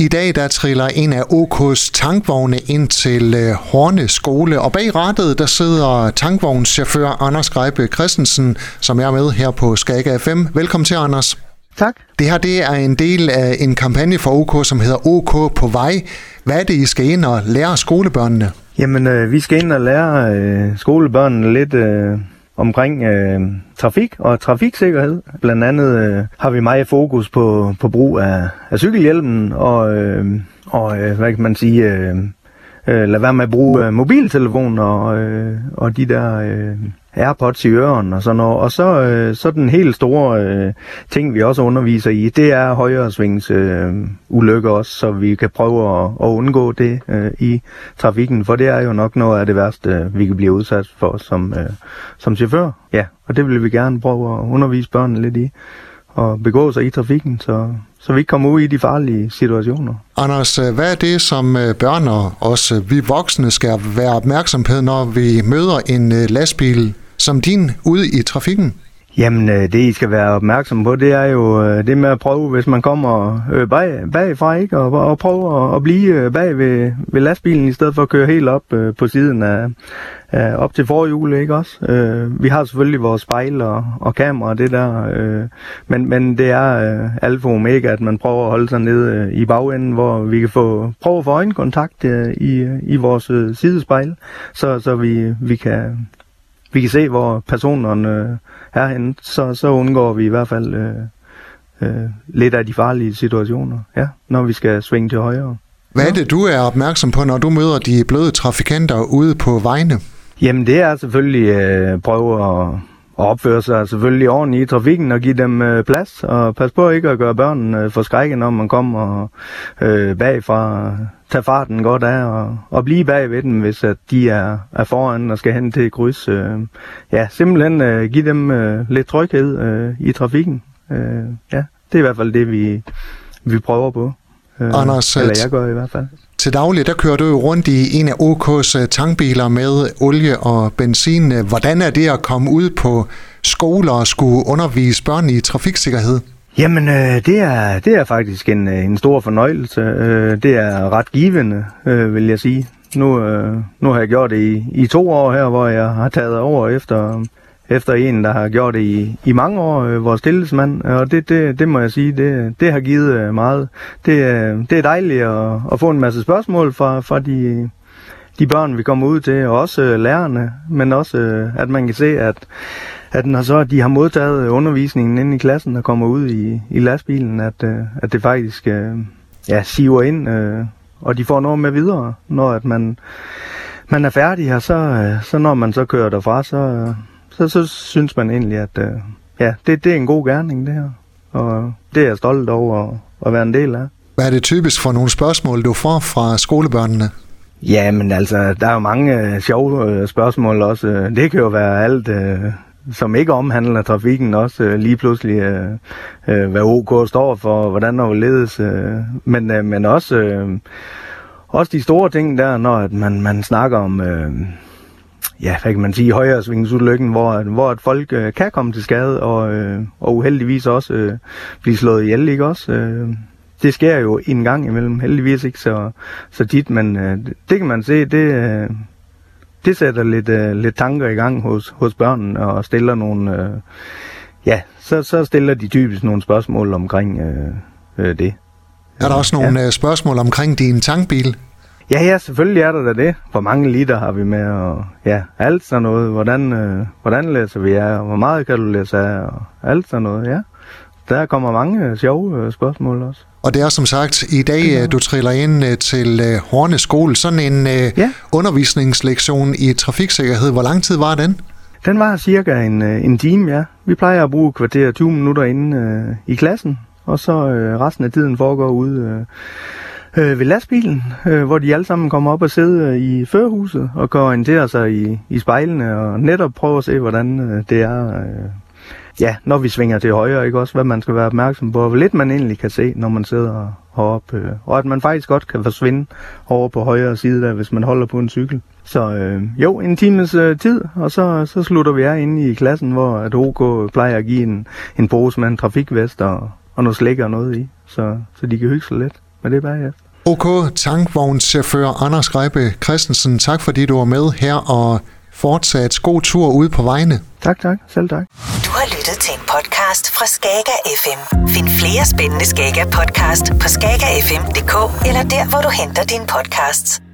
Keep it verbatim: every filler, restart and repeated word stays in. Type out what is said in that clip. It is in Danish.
I dag der triller en af O K's tankvogne ind til Horne Skole, og bag rattet der sidder tankvognschauffør Anders Grebe Christensen, som er med her på Skaga F M. Velkommen til, Anders. Tak. Det her det er en del af en kampagne for O K, som hedder O K på vej. Hvad er det, I skal ind og lære skolebørnene? Jamen, øh, vi skal ind og lære øh, skolebørnene lidt øh, omkring øh, trafik og trafiksikkerhed. Blandt andet øh, har vi meget fokus på, på brug af, af cykelhjelmen og, øh, og øh, hvad kan man sige, øh, øh, lad være med at bruge øh, mobiltelefon og, øh, og de der øh, AirPods i ørerne og sådan noget. Og så, øh, så den helt store øh, ting, vi også underviser i, det er højresvings øh, ulykker også, så vi kan prøve at, at undgå det øh, i trafikken, for det er jo nok noget af det værste, øh, vi kan blive udsat for som, øh, som chauffør. Ja, og det vil vi gerne prøve at undervise børnene lidt i, og begå sig i trafikken, så, så vi ikke kommer ud i de farlige situationer. Anders, hvad er det, som børn og også vi voksne skal være opmærksom på, når vi møder en lastbil som din ude i trafikken? Jamen, det I skal være opmærksom på, det er jo det med at prøve, hvis man kommer bag, bagfra, ikke? Og, og prøve at blive bag ved, ved lastbilen, i stedet for at køre helt op på siden af, af op til forhjulet, ikke også? Vi har selvfølgelig vores spejl og, og kamera, det der, men, men det er alfa og omega, at man prøver at holde sig nede i bagenden, hvor vi kan få prøve at få øjenkontakt i, i vores sidespejl, så, så vi, vi kan... Vi kan se, hvor personerne er henne, så, så undgår vi i hvert fald øh, øh, lidt af de farlige situationer, ja, når vi skal svinge til højre. Hvad er det, du er opmærksom på, når du møder de bløde trafikanter ude på vejene? Jamen, det er selvfølgelig øh, prøve at, at opføre sig selvfølgelig ordentligt i trafikken og give dem øh, plads, og pas på ikke at gøre børnene øh, forskrækket, når man kommer øh, bagfra. Tag farten godt af og, og blive bag ved dem, hvis at de er, er foran og skal hen til et kryds. Øh, ja, simpelthen øh, give dem øh, lidt tryghed øh, i trafikken. Øh, ja, det er i hvert fald det, vi, vi prøver på. Øh, Anders, eller jeg gør i hvert fald. Til daglig, der kører du jo rundt i en af O K's tankbiler med olie og benzin. Hvordan er det at komme ud på skoler og skulle undervise børn i trafiksikkerhed? Jamen, øh, det, er, det er faktisk en, en stor fornøjelse. Øh, det er ret givende, øh, vil jeg sige. Nu, øh, nu har jeg gjort det i, i to år her, hvor jeg har taget over efter, efter en, der har gjort det i, i mange år, øh, vores stillesmand. Og det, det, det må jeg sige, det, det har givet meget. Det, det er dejligt at, at få en masse spørgsmål fra, fra de, de børn, vi kommer ud til, og også øh, lærerne, men også, øh, at man kan se, at at når så de har modtaget undervisningen inde i klassen og kommer ud i, i lastbilen, at, øh, at det faktisk øh, ja, siver ind, øh, og de får noget med videre, når at man, man er færdig her, så, øh, så når man så kører derfra, så, øh, så, så synes man egentlig, at øh, ja, det, det er en god gerning, det her, og det er jeg stolt over at, at være en del af. Hvad er det typisk for nogle spørgsmål, du får fra skolebørnene? Ja, men altså, der er jo mange øh, sjove øh, spørgsmål også. Det kan jo være alt... Øh, som ikke omhandler trafikken, også øh, lige pludselig, øh, øh, hvad O K står for, hvordan der ledes, øh, men, øh, men også, øh, også de store ting der, når at man, man snakker om, øh, ja, hvad kan man sige, højresvingsulykken, hvor, hvor at folk øh, kan komme til skade, og, øh, og uheldigvis også øh, blive slået ihjel, ikke også? Øh, det sker jo en gang imellem, heldigvis ikke så, så tit, men øh, det kan man se, det... Øh, Det sætter lidt, øh, lidt tanker i gang hos, hos børnene og stiller nogle, øh, ja, så, så stiller de typisk nogle spørgsmål omkring øh, øh, det. Er der også nogle ja. spørgsmål omkring din tankbil? Ja, ja, selvfølgelig er der da det. Hvor mange liter har vi med, og ja, alt sådan noget. Hvordan, øh, hvordan læser vi af, og hvor meget kan du læse af, og alt sådan noget, ja. Der kommer mange sjove øh, spørgsmål også. Og det er som sagt i dag, ja. du triller ind til Horne Skole, sådan en ja. undervisningslektion i trafiksikkerhed. Hvor lang tid var den? Den var cirka en, en time, ja. Vi plejer at bruge kvarter tyve minutter inde øh, i klassen, og så øh, resten af tiden foregår ude øh, ved lastbilen, øh, hvor de alle sammen kommer op og sidder i førerhuset og kan orientere sig i, i spejlene og netop prøve at se, hvordan øh, det er... Øh, Ja, når vi svinger til højre, ikke også, hvad man skal være opmærksom på, hvor lidt man egentlig kan se, når man sidder heroppe, øh, og at man faktisk godt kan forsvinde over på højre side der, hvis man holder på en cykel. Så øh, jo, en times øh, tid, og så, så slutter vi af inde i klassen, hvor at O K plejer at give en, en pose med en trafikvest og, og noget slik og noget i, så, så de kan hygge sig lidt. men det er bare ja. OK tankvognschauffør Anders Grebe Christensen, tak fordi du var med her, og fortsat god tur ude på vejene. Tak, tak. Selv tak. Du har lyttet til en podcast fra Skager F M. Find flere spændende Skager podcast på skager f m punktum d k eller der, hvor du henter dine podcasts.